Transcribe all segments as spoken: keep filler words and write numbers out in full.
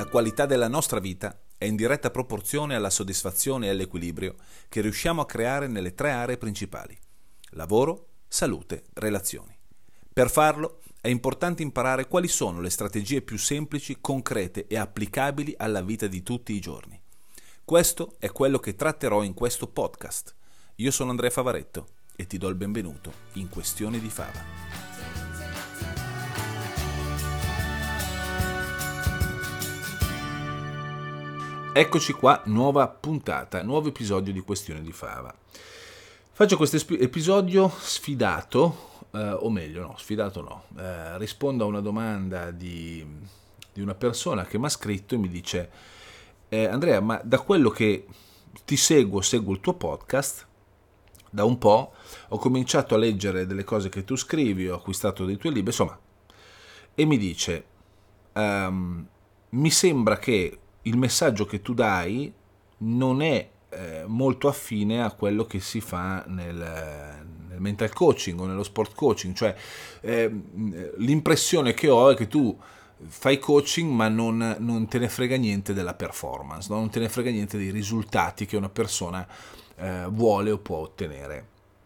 qualità della nostra vita è in diretta proporzione alla soddisfazione e all'equilibrio che riusciamo a creare nelle tre aree principali: lavoro, salute, relazioni. Per farlo è importante imparare quali sono le strategie più semplici, concrete e applicabili alla vita di tutti i giorni. Questo è quello che tratterò in questo podcast. Io sono Andrea Favaretto e ti do il benvenuto in Questione di Fava. Eccoci qua, nuova puntata, nuovo episodio di Questione di Fava. Faccio questo esp- episodio sfidato, eh, o meglio, no, sfidato no. Eh, rispondo a una domanda di, di una persona che mi ha scritto e mi dice: eh, Andrea, ma da quello che ti seguo, seguo il tuo podcast da un po', ho cominciato a leggere delle cose che tu scrivi, ho acquistato dei tuoi libri, insomma, e mi dice: um, mi sembra che il messaggio che tu dai non è eh, molto affine a quello che si fa nel, nel mental coaching o nello sport coaching, cioè eh, l'impressione che ho è che tu fai coaching ma non, non te ne frega niente della performance, no? Non te ne frega niente dei risultati che una persona eh, vuole o può ottenere.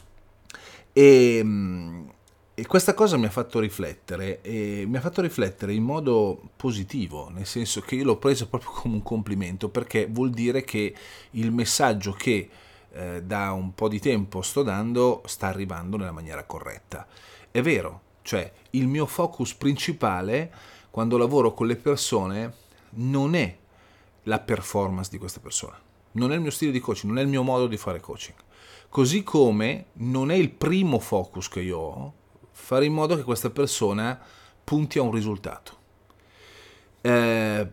E, e questa cosa mi ha fatto riflettere, e mi ha fatto riflettere in modo positivo, nel senso che io l'ho preso proprio come un complimento, perché vuol dire che il messaggio che eh, da un po' di tempo sto dando sta arrivando nella maniera corretta. È vero, cioè il mio focus principale quando lavoro con le persone non è la performance di questa persona, non è il mio stile di coaching, non è il mio modo di fare coaching, così come non è il primo focus che io ho fare in modo che questa persona punti a un risultato. Eh,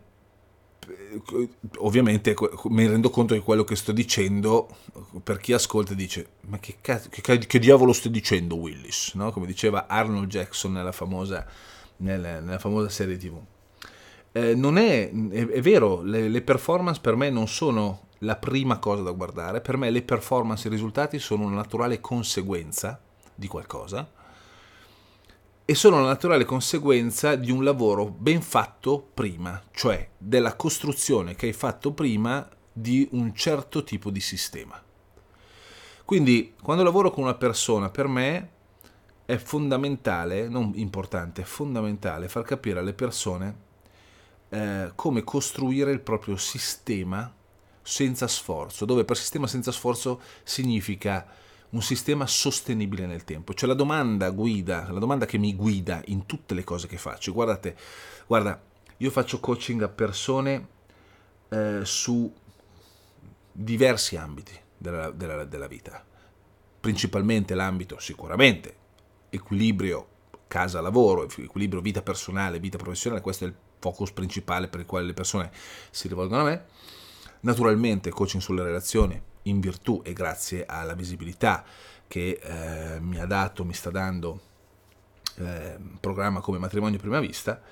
ovviamente mi rendo conto che quello che sto dicendo, per chi ascolta dice: ma che, cazzo, che, che diavolo stai dicendo, Willis, no? Come diceva Arnold Jackson nella famosa, nella, nella famosa serie tivù. Eh, non è, è, è vero, le, le performance per me non sono la prima cosa da guardare. Per me le performance e i risultati sono una naturale conseguenza di qualcosa, e sono la naturale conseguenza di un lavoro ben fatto prima, cioè della costruzione che hai fatto prima di un certo tipo di sistema. Quindi quando lavoro con una persona, per me è fondamentale, non importante, è fondamentale far capire alle persone eh, come costruire il proprio sistema senza sforzo, dove per sistema senza sforzo significa un sistema sostenibile nel tempo. Cioè la domanda guida, la domanda che mi guida in tutte le cose che faccio. Guardate, guarda, io faccio coaching a persone eh, su diversi ambiti della, della, della vita. Principalmente l'ambito, sicuramente, equilibrio casa-lavoro, equilibrio vita personale, vita professionale. Questo è il focus principale per il quale le persone si rivolgono a me. Naturalmente coaching sulle relazioni, in virtù e grazie alla visibilità che eh, mi ha dato, mi sta dando eh, un programma come Matrimonio a Prima Vista,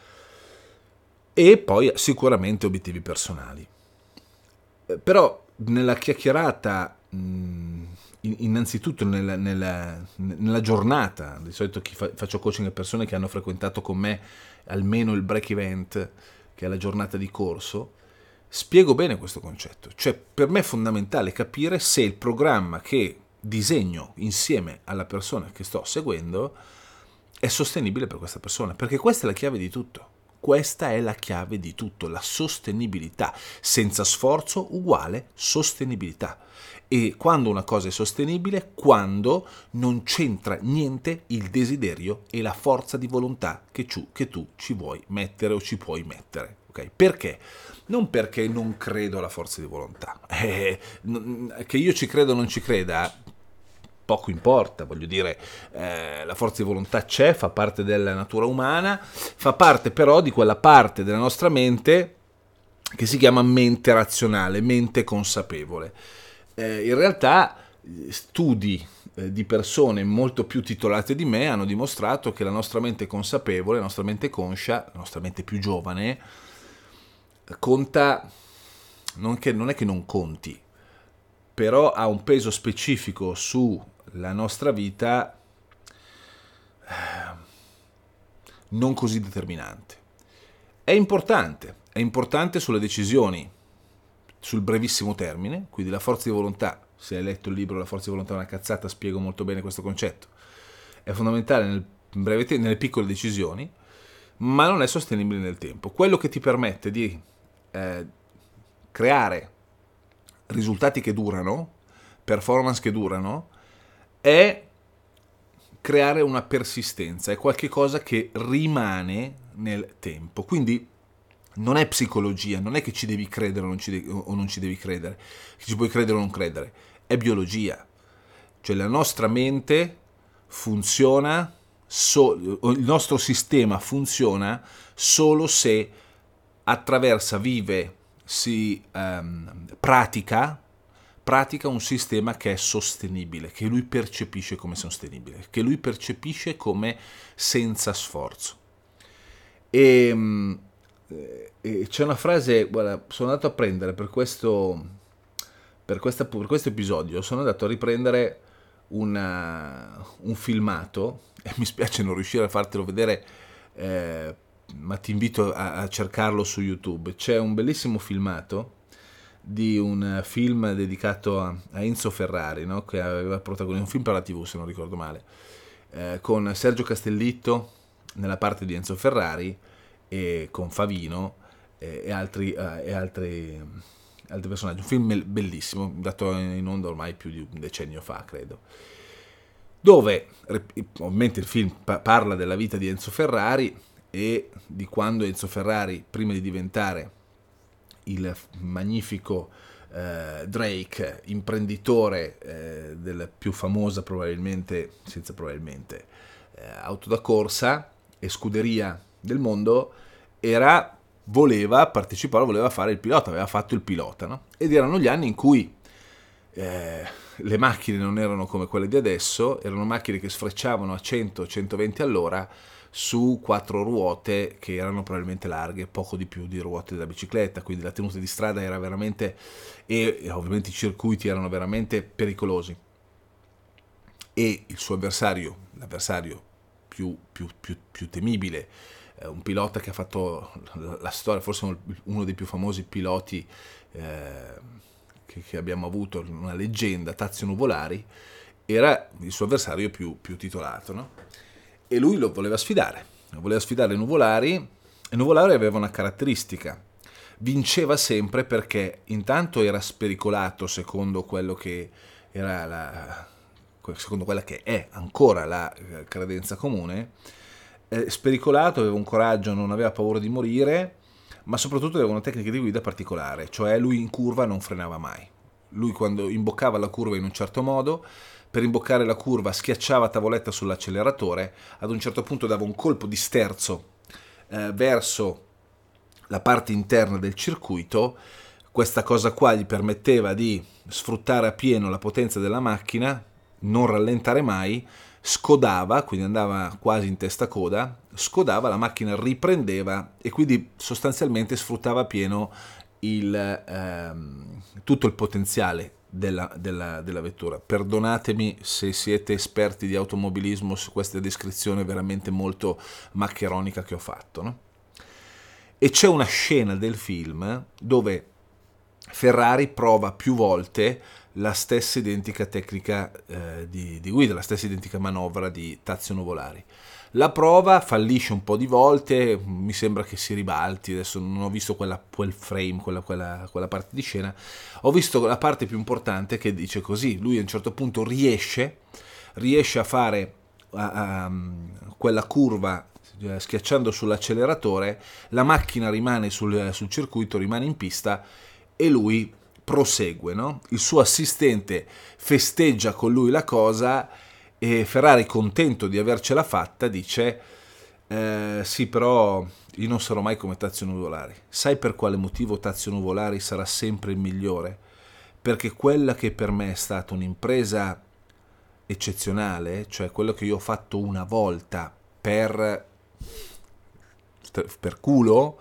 e poi sicuramente obiettivi personali. Eh, però nella chiacchierata, mh, innanzitutto nella, nella, nella giornata, di solito chi fa, faccio coaching a persone che hanno frequentato con me almeno il break event, che è la giornata di corso, spiego bene questo concetto. Cioè, per me è fondamentale capire se il programma che disegno insieme alla persona che sto seguendo è sostenibile per questa persona, perché questa è la chiave di tutto. Questa è la chiave di tutto, la sostenibilità. Senza sforzo uguale sostenibilità. E quando una cosa è sostenibile? Quando non c'entra niente il desiderio e la forza di volontà che tu, che tu ci vuoi mettere o ci puoi mettere. Okay? Perché? Non perché non credo alla forza di volontà. Eh, che io ci credo o non ci creda, poco importa, voglio dire, eh, la forza di volontà c'è, fa parte della natura umana, fa parte però di quella parte della nostra mente che si chiama mente razionale, mente consapevole. Eh, in realtà studi eh, di persone molto più titolate di me hanno dimostrato che la nostra mente consapevole, la nostra mente conscia, la nostra mente più giovane, conta, non, che, non è che non conti, però ha un peso specifico sulla nostra vita eh, non così determinante. È importante, è importante sulle decisioni sul brevissimo termine, quindi la forza di volontà. Se hai letto il libro La forza di volontà è una cazzata, spiego molto bene questo concetto. È fondamentale nel breve te- nelle piccole decisioni, ma non è sostenibile nel tempo. Quello che ti permette di eh, creare risultati che durano, performance che durano, è creare una persistenza, è qualcosa che rimane nel tempo. Quindi non è psicologia, non è che ci devi credere o non ci, de- o non ci devi credere, che ci puoi credere o non credere, è biologia. Cioè la nostra mente funziona, so- il nostro sistema funziona solo se attraversa, vive, si ehm, pratica, pratica un sistema che è sostenibile, che lui percepisce come sostenibile, che lui percepisce come senza sforzo. E, e c'è una frase, guarda, sono andato a prendere per questo, per, questa, per questo episodio, sono andato a riprendere una, un filmato, e mi spiace non riuscire a fartelo vedere, eh, ma ti invito a, a cercarlo su YouTube. C'è un bellissimo filmato di un film dedicato a, a Enzo Ferrari, no? Che aveva protagonizzato un film per la tivù, se non ricordo male, eh, con Sergio Castellitto nella parte di Enzo Ferrari e con Favino eh, e, altri, eh, e altri, altri personaggi. Un film bellissimo, dato in onda ormai più di un decennio fa, credo, dove ovviamente il film parla della vita di Enzo Ferrari e di quando Enzo Ferrari, prima di diventare il magnifico eh, Drake, imprenditore eh, della più famosa, probabilmente, senza probabilmente, eh, auto da corsa e scuderia del mondo, era, voleva partecipare, voleva fare il pilota, aveva fatto il pilota, no? Ed erano gli anni in cui eh, le macchine non erano come quelle di adesso, erano macchine che sfrecciavano a cento centoventi all'ora su quattro ruote che erano probabilmente larghe, poco di più di ruote della bicicletta, quindi la tenuta di strada era veramente, e, e ovviamente i circuiti erano veramente pericolosi. E il suo avversario, l'avversario più, più, più, più temibile, eh, un pilota che ha fatto la, la storia, forse uno dei più famosi piloti eh, che, che abbiamo avuto, una leggenda, Tazio Nuvolari, era il suo avversario più, più titolato, no? E lui lo voleva sfidare, lo voleva sfidare Nuvolari, e Nuvolari aveva una caratteristica: vinceva sempre perché intanto era spericolato secondo quello che era la, secondo quella che è ancora la credenza comune, eh, spericolato, aveva un coraggio, non aveva paura di morire, ma soprattutto aveva una tecnica di guida particolare, cioè lui in curva non frenava mai. Lui quando imboccava la curva in un certo modo, per imboccare la curva schiacciava tavoletta sull'acceleratore, ad un certo punto dava un colpo di sterzo eh, verso la parte interna del circuito. Questa cosa qua gli permetteva di sfruttare a pieno la potenza della macchina, non rallentare mai, scodava, quindi andava quasi in testa coda, scodava, la macchina riprendeva e quindi sostanzialmente sfruttava a pieno il, ehm, tutto il potenziale della, della, della vettura. Perdonatemi se siete esperti di automobilismo su questa descrizione veramente molto maccheronica che ho fatto, no? E c'è una scena del film dove Ferrari prova più volte la stessa identica tecnica eh, di, di guida, la stessa identica manovra di Tazio Nuvolari. La prova, fallisce un po' di volte, mi sembra che si ribalti, adesso non ho visto quella, quel frame, quella, quella, quella parte di scena, ho visto la parte più importante che dice così: lui a un certo punto riesce, riesce a fare a, a, quella curva schiacciando sull'acceleratore, la macchina rimane sul, sul circuito, rimane in pista e lui prosegue, no? Il suo assistente festeggia con lui la cosa e Ferrari, contento di avercela fatta, dice eh, sì, però io non sarò mai come Tazio Nuvolari. Sai per quale motivo Tazio Nuvolari sarà sempre il migliore? Perché quella che per me è stata un'impresa eccezionale, cioè quello che io ho fatto una volta per per culo,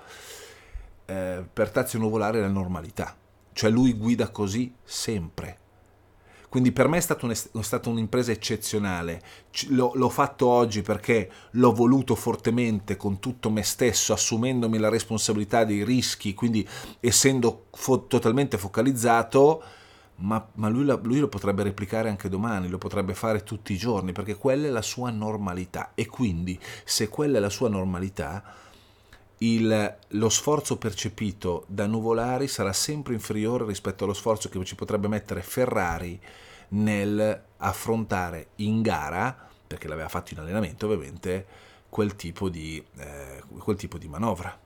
eh, per Tazio Nuvolari è la normalità, cioè lui guida così sempre. Quindi per me è stata, un, è stata un'impresa eccezionale. L'ho, l'ho fatto oggi perché l'ho voluto fortemente con tutto me stesso, assumendomi la responsabilità dei rischi, quindi essendo fo- totalmente focalizzato, ma, ma lui, la, lui lo potrebbe replicare anche domani, lo potrebbe fare tutti i giorni, perché quella è la sua normalità. E quindi, se quella è la sua normalità, Il, lo sforzo percepito da Nuvolari sarà sempre inferiore rispetto allo sforzo che ci potrebbe mettere Ferrari nel affrontare in gara, perché l'aveva fatto in allenamento ovviamente, quel tipo di, eh, quel tipo di manovra.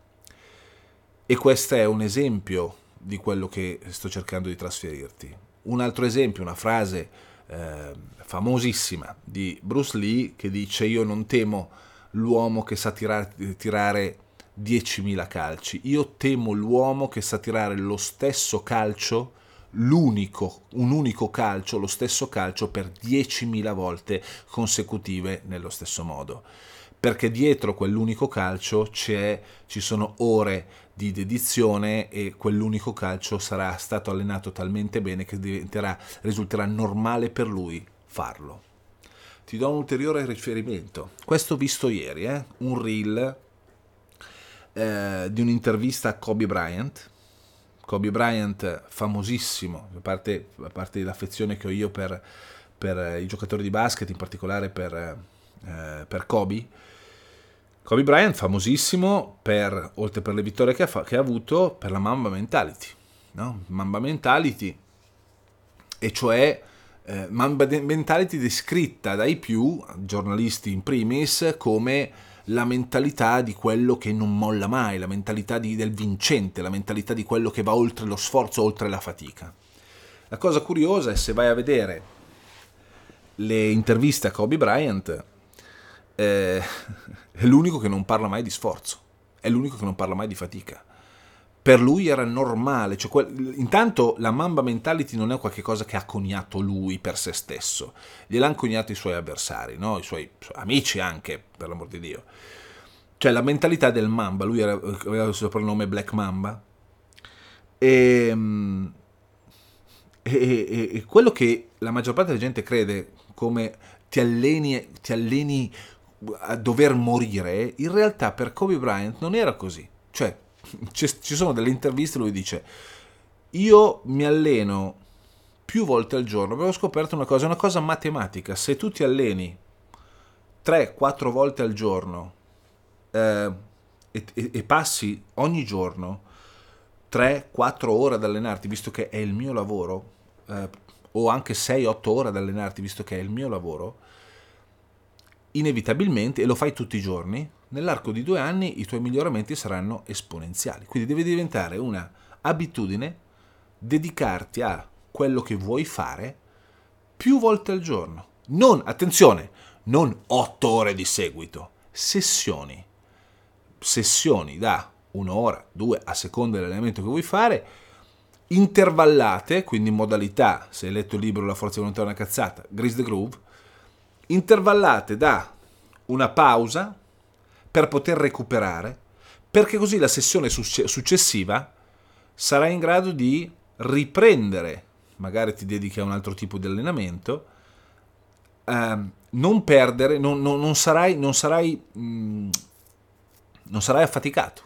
E questo è un esempio di quello che sto cercando di trasferirti. Un altro esempio, una frase eh, famosissima di Bruce Lee che dice: io non temo l'uomo che sa tirare, tirare diecimila calci, io temo l'uomo che sa tirare lo stesso calcio, l'unico, un unico calcio, lo stesso calcio per diecimila volte consecutive nello stesso modo. Perché dietro quell'unico calcio c'è, ci sono ore di dedizione e quell'unico calcio sarà stato allenato talmente bene che diventerà, risulterà normale per lui farlo. Ti do un ulteriore riferimento. Questo visto ieri, eh? un reel Eh, di un'intervista a Kobe Bryant. Kobe Bryant, famosissimo, a parte, a parte l'affezione che ho io per, per i giocatori di basket, in particolare per, eh, per Kobe. Kobe Bryant, famosissimo per, oltre per le vittorie che ha, fa, che ha avuto, per la Mamba Mentality. No? Mamba Mentality, e cioè eh, Mamba Mentality descritta dai più, giornalisti in primis, come la mentalità di quello che non molla mai, la mentalità di, del vincente, la mentalità di quello che va oltre lo sforzo, oltre la fatica. La cosa curiosa è, se vai a vedere le interviste a Kobe Bryant, eh, è l'unico che non parla mai di sforzo, è l'unico che non parla mai di fatica. Per lui era normale, cioè, quel, intanto la Mamba Mentality non è qualcosa che ha coniato lui per se stesso, gliel'hanno coniato i suoi avversari, no? I suoi, suoi amici anche, per l'amor di Dio. Cioè la mentalità del Mamba, lui era, aveva il soprannome Black Mamba, e, e, e, e quello che la maggior parte della gente crede come ti alleni, ti alleni a dover morire, in realtà per Kobe Bryant non era così. Cioè ci sono delle interviste, lui dice: io mi alleno più volte al giorno, avevo scoperto una cosa, una cosa matematica: se tu ti alleni tre quattro volte al giorno eh, e, e, e passi ogni giorno tre quattro ore ad allenarti, visto che è il mio lavoro, eh, o anche sei otto ore ad allenarti, visto che è il mio lavoro, inevitabilmente, e lo fai tutti i giorni, nell'arco di due anni i tuoi miglioramenti saranno esponenziali. Quindi deve diventare una abitudine dedicarti a quello che vuoi fare più volte al giorno. Non, attenzione, non otto ore di seguito, sessioni. Sessioni da un'ora, due, a seconda dell'allenamento che vuoi fare, intervallate, quindi in modalità, se hai letto il libro La forza di volontà è una cazzata, Grease the Groove, intervallate da una pausa per poter recuperare, perché così la sessione successiva sarà in grado di riprendere, magari ti dedichi a un altro tipo di allenamento, eh, non perdere, non, non, non sarai, non sarai, mh, non sarai affaticato.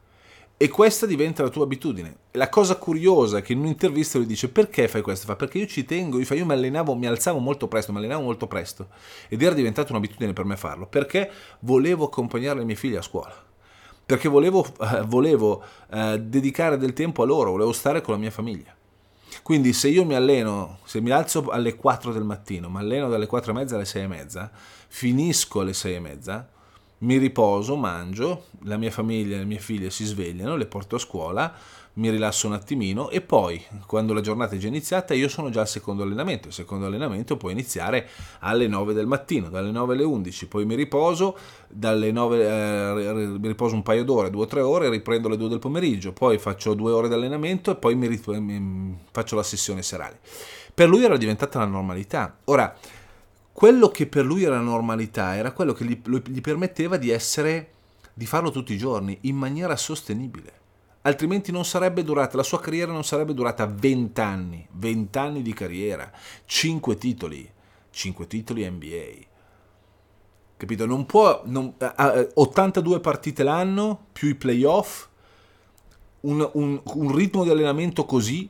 E questa diventa la tua abitudine. La cosa curiosa è che in un'intervista lui dice: perché fai questo? Fa, perché io ci tengo, io, fa, io mi allenavo, mi alzavo molto presto, mi allenavo molto presto, ed era diventata un'abitudine per me farlo, perché volevo accompagnare le mie figlie a scuola, perché volevo, eh, volevo eh, dedicare del tempo a loro, volevo stare con la mia famiglia. Quindi se io mi alleno, se mi alzo alle quattro del mattino, mi alleno dalle quattro e mezza alle sei e mezza, finisco alle sei e mezza, mi riposo, mangio, la mia famiglia e le mie figlie si svegliano, le porto a scuola, mi rilasso un attimino e poi, quando la giornata è già iniziata, io sono già al secondo allenamento. Il secondo allenamento può iniziare alle nove del mattino, dalle nove alle undici, poi mi riposo, dalle nove eh, mi riposo un paio d'ore, due o tre ore, riprendo alle due del pomeriggio, poi faccio due ore di allenamento e poi mi, rit- mi faccio la sessione serale. Per lui era diventata la normalità. Ora, quello che per lui era normalità era quello che gli, gli permetteva di essere, di farlo tutti i giorni in maniera sostenibile. altrimenti non sarebbe durata, la sua carriera non sarebbe durata venti anni, venti anni di carriera, cinque titoli, cinque titoli N B A. Capito? Non può, non, ottantadue partite l'anno, più i playoff, un, un, un ritmo di allenamento così,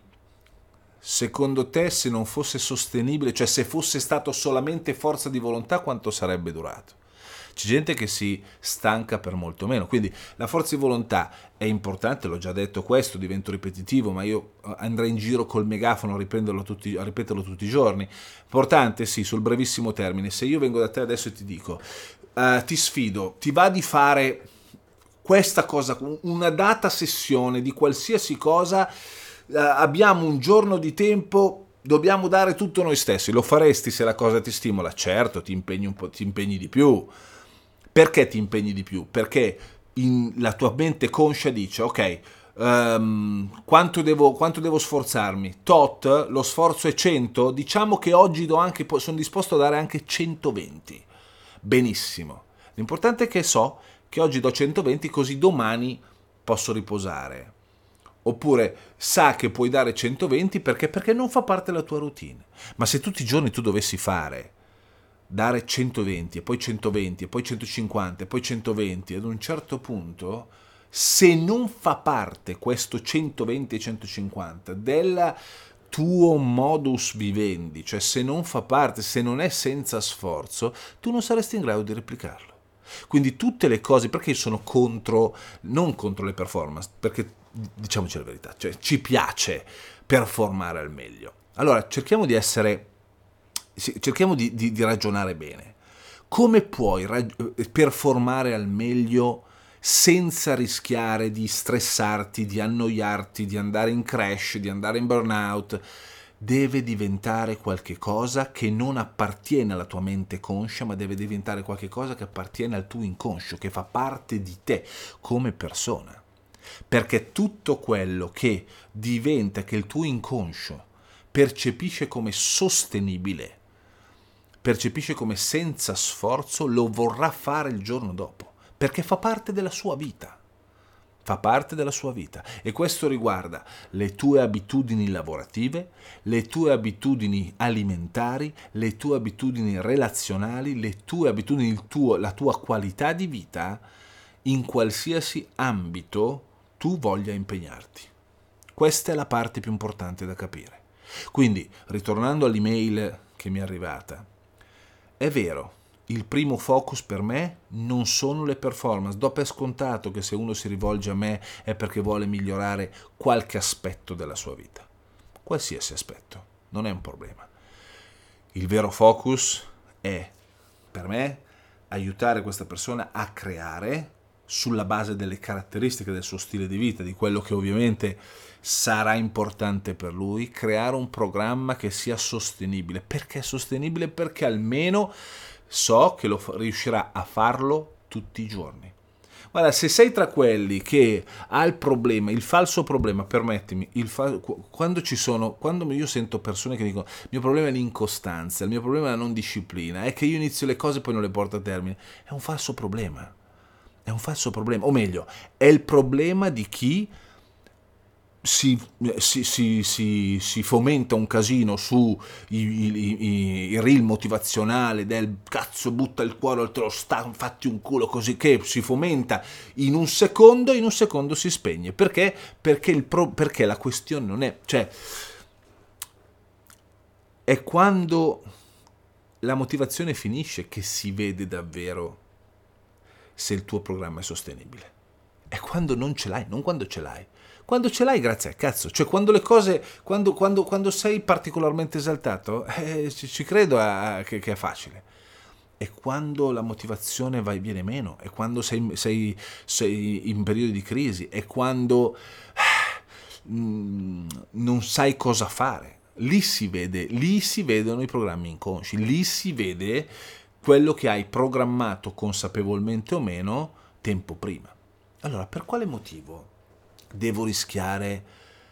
secondo te, se non fosse sostenibile, cioè se fosse stato solamente forza di volontà, quanto sarebbe durato? C'è gente che si stanca per molto meno, quindi la forza di volontà è importante, l'ho già detto questo, divento ripetitivo, ma io andrei in giro col megafono a ripeterlo tutti, a ripeterlo tutti i giorni. Importante, sì, sul brevissimo termine. Se io vengo da te adesso e ti dico, uh, ti sfido, ti va di fare questa cosa, una data sessione di qualsiasi cosa, uh, abbiamo un giorno di tempo, dobbiamo dare tutto noi stessi, lo faresti se la cosa ti stimola? Certo, ti impegni un po', ti impegni di più. Perché ti impegni di più? Perché in, la tua mente conscia dice, ok, um, quanto, devo, quanto devo sforzarmi? Tot, lo sforzo è cento, diciamo che oggi do anche, sono disposto a dare anche centoventi. Benissimo. L'importante è che so che oggi do centoventi, così domani posso riposare. Oppure sa che puoi dare centoventi perché? Perché non fa parte della tua routine. Ma se tutti i giorni tu dovessi fare dare centoventi e poi centoventi e poi centocinquanta e poi centoventi, ad un certo punto, se non fa parte questo centoventi e centocinquanta del tuo modus vivendi, cioè se non fa parte, se non è senza sforzo, tu non saresti in grado di replicarlo. Quindi tutte le cose, perché io sono contro, non contro le performance, perché diciamoci la verità, cioè ci piace performare al meglio. Allora cerchiamo di essere cerchiamo di, di, di ragionare bene. Come puoi rag- performare al meglio senza rischiare di stressarti, di annoiarti, di andare in crash, di andare in burnout? Deve diventare qualche cosa che non appartiene alla tua mente conscia, ma deve diventare qualche cosa che appartiene al tuo inconscio, che fa parte di te come persona. Perché tutto quello che diventa, che il tuo inconscio percepisce come sostenibile, percepisce come senza sforzo, lo vorrà fare il giorno dopo, perché fa parte della sua vita, fa parte della sua vita e questo riguarda le tue abitudini lavorative, le tue abitudini alimentari, le tue abitudini relazionali, le tue abitudini, il tuo, la tua qualità di vita in qualsiasi ambito tu voglia impegnarti. Questa è la parte più importante da capire. Quindi, ritornando all'email che mi è arrivata, è vero, il primo focus per me non sono le performance. Do per scontato che se uno si rivolge a me è perché vuole migliorare qualche aspetto della sua vita. Qualsiasi aspetto, non è un problema. Il vero focus è, per me, aiutare questa persona a creare, sulla base delle caratteristiche del suo stile di vita, di quello che ovviamente sarà importante per lui, creare un programma che sia sostenibile. Perché sostenibile? Perché almeno so che lo riuscirà a farlo tutti i giorni. Guarda, se sei tra quelli che ha il problema, il falso problema, permettimi, il fa- quando ci sono, quando io sento persone che dicono il mio problema è l'incostanza, il mio problema è la non disciplina, è che io inizio le cose e poi non le porto a termine, è un falso problema, è un falso problema, o meglio, è il problema di chi Si, si, si, si, si fomenta un casino su i, i, i, il reel motivazionale del cazzo butta il cuore, te lo sta, fatti un culo, così, che si fomenta in un secondo e in un secondo si spegne. Perché? Perché, il pro, perché la questione non è, cioè è quando la motivazione finisce che si vede davvero se il tuo programma è sostenibile. È quando non ce l'hai, non quando ce l'hai. Quando ce l'hai, grazie al cazzo. Cioè, quando le cose, quando, quando, quando sei particolarmente esaltato, eh, ci, ci credo a, che, che è facile. È quando la motivazione va e viene meno, è quando sei, sei, sei in periodi di crisi, è quando eh, non sai cosa fare. Lì si vede, lì si vedono i programmi inconsci, lì si vede quello che hai programmato consapevolmente o meno tempo prima. Allora, per quale motivo devo rischiare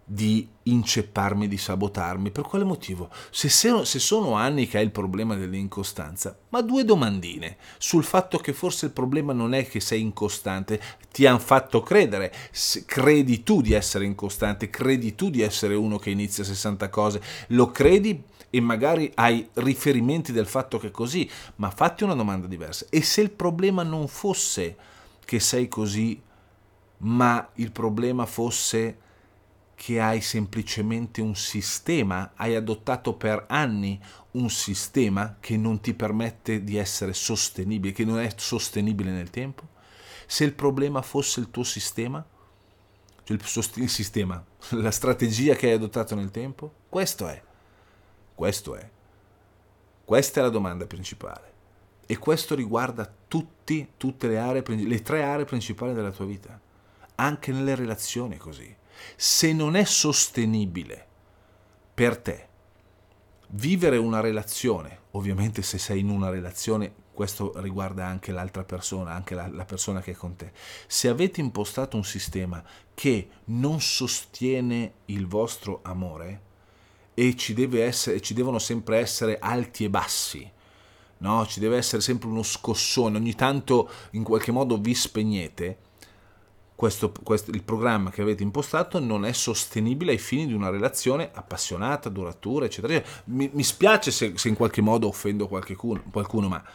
di incepparmi, di sabotarmi. Per quale motivo? Se, se, se sono anni che hai il problema dell'incostanza, ma due domandine sul fatto che forse il problema non è che sei incostante, ti hanno fatto credere, credi tu di essere incostante, credi tu di essere uno che inizia sessanta cose, lo credi e magari hai riferimenti del fatto che è così, ma fatti una domanda diversa. E se il problema non fosse che sei così, ma il problema fosse che hai semplicemente un sistema, hai adottato per anni un sistema che non ti permette di essere sostenibile, che non è sostenibile nel tempo? Se il problema fosse il tuo sistema, cioè il, il sistema, la strategia che hai adottato nel tempo, questo è, questo è, questa è la domanda principale. E questo riguarda tutti, tutte le aree, le tre aree principali della tua vita, anche nelle relazioni è così. Se non è sostenibile per te vivere una relazione, ovviamente se sei in una relazione, questo riguarda anche l'altra persona, anche la, la persona che è con te, se avete impostato un sistema che non sostiene il vostro amore e ci deve essere, ci devono sempre essere alti e bassi, no? Ci deve essere sempre uno scossone, ogni tanto in qualche modo vi spegnete, Questo, questo, il programma che avete impostato non è sostenibile ai fini di una relazione appassionata, duratura, eccetera. Mi, mi spiace se, se in qualche modo offendo qualcuno, qualcuno ma,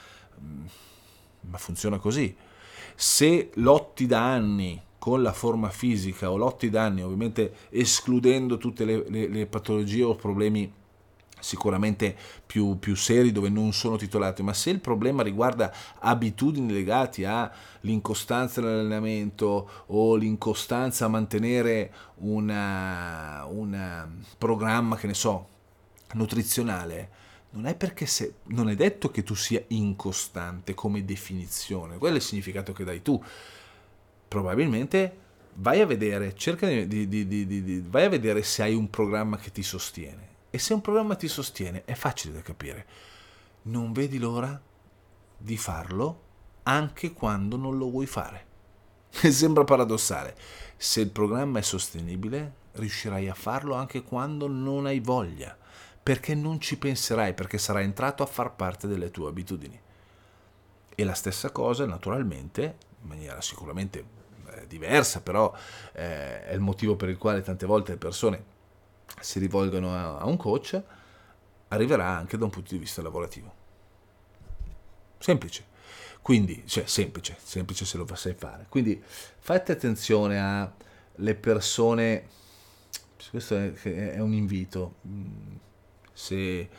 ma funziona così. Se lotti da anni con la forma fisica o lotti da anni, ovviamente escludendo tutte le, le, le patologie o problemi sicuramente più, più seri dove non sono titolati, ma se il problema riguarda abitudini legate all'incostanza nell'allenamento o l'incostanza a mantenere una, un programma, che ne so, nutrizionale, non è perché se, non è detto che tu sia incostante come definizione, quello è il significato che dai tu. Probabilmente vai a vedere, cerca di, di, di, di, di vai a vedere se hai un programma che ti sostiene. E se un programma ti sostiene, è facile da capire. Non vedi l'ora di farlo anche quando non lo vuoi fare. Sembra paradossale. Se il programma è sostenibile, riuscirai a farlo anche quando non hai voglia, perché non ci penserai, perché sarà entrato a far parte delle tue abitudini. E la stessa cosa, naturalmente, in maniera sicuramente eh, diversa, però eh, è il motivo per il quale tante volte le persone si rivolgono a, a un coach, arriverà anche da un punto di vista lavorativo. Semplice. Quindi, cioè semplice, semplice se lo sai fare. Quindi fate attenzione alle persone, questo è, è un invito, se,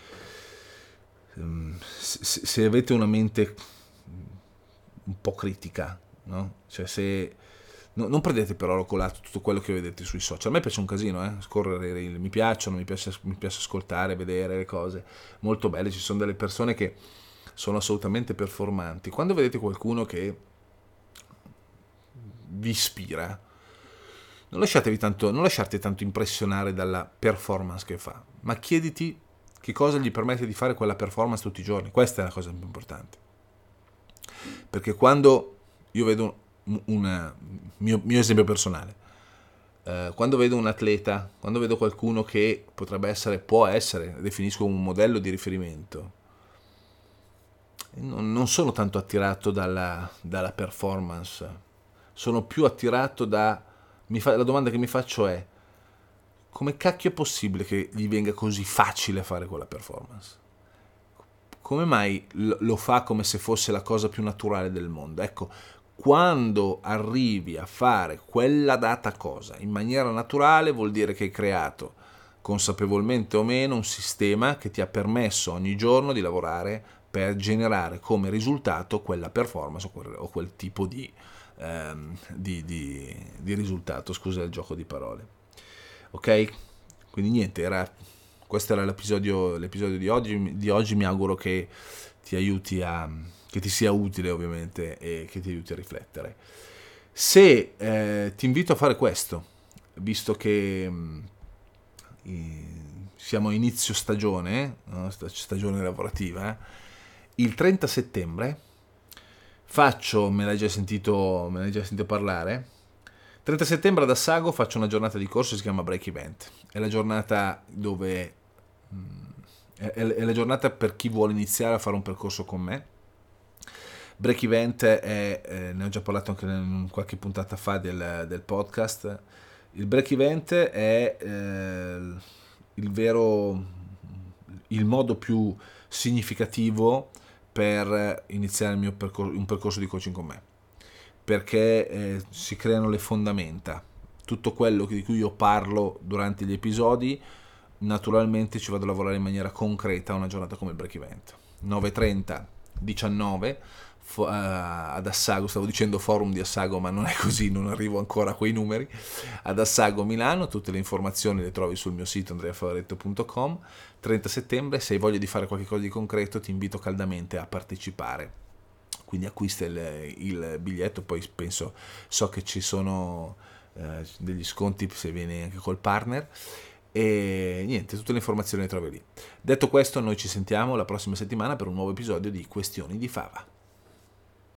se, se avete una mente un po' critica, no? Cioè se No, non prendete per oro colato tutto quello che vedete sui social. A me piace un casino, eh? Scorrere, mi piacciono, mi piace, mi piace ascoltare, vedere le cose molto belle. Ci sono delle persone che sono assolutamente performanti. Quando vedete qualcuno che vi ispira, non lasciatevi tanto, non lasciate tanto impressionare dalla performance che fa, ma chiediti che cosa gli permette di fare quella performance tutti i giorni. Questa è la cosa più importante. Perché quando io vedo un mio, mio esempio personale, eh, quando vedo un atleta, quando vedo qualcuno che potrebbe essere, può essere, definisco un modello di riferimento, non, non sono tanto attirato dalla, dalla performance, sono più attirato da, mi fa, la domanda che mi faccio è: come cacchio è possibile che gli venga così facile fare quella performance? Come mai lo fa come se fosse la cosa più naturale del mondo? Ecco, quando arrivi a fare quella data cosa in maniera naturale, vuol dire che hai creato, consapevolmente o meno, un sistema che ti ha permesso ogni giorno di lavorare per generare come risultato quella performance o quel, o quel tipo di, ehm, di, di, di risultato. Scusa il gioco di parole. Ok? Quindi niente, era, questo era l'episodio, l'episodio di oggi. Di oggi mi auguro che ti aiuti a... che ti sia utile ovviamente e che ti aiuti a riflettere. Se eh, ti invito a fare questo, visto che mh, siamo a inizio stagione, no? stagione lavorativa, eh? Il trenta settembre faccio, me l'hai già sentito, me l'hai già sentito parlare, trenta settembre ad Assago faccio una giornata di corso, si chiama Break Event. È la giornata dove è, è la giornata per chi vuole iniziare a fare un percorso con me. Break Event è, eh, ne ho già parlato anche in qualche puntata fa del, del podcast. Il Break Event è eh, il vero, il modo più significativo per iniziare il mio percorso, un percorso di coaching con me, perché eh, si creano le fondamenta. Tutto quello di cui io parlo durante gli episodi, naturalmente ci vado a lavorare in maniera concreta a una giornata come il Break Event. nove e trenta, diciannove fo- uh, ad Assago, stavo dicendo forum di Assago, ma non è così, non arrivo ancora a quei numeri. Ad Assago Milano, tutte le informazioni le trovi sul mio sito andrea favoretto punto com. trenta settembre, se hai voglia di fare qualcosa di concreto, ti invito caldamente a partecipare. Quindi acquista il, il biglietto, poi penso, so che ci sono eh, degli sconti se vieni anche col partner, e niente, tutte le informazioni le trovi lì. Detto questo, noi ci sentiamo la prossima settimana per un nuovo episodio di Questioni di Fava.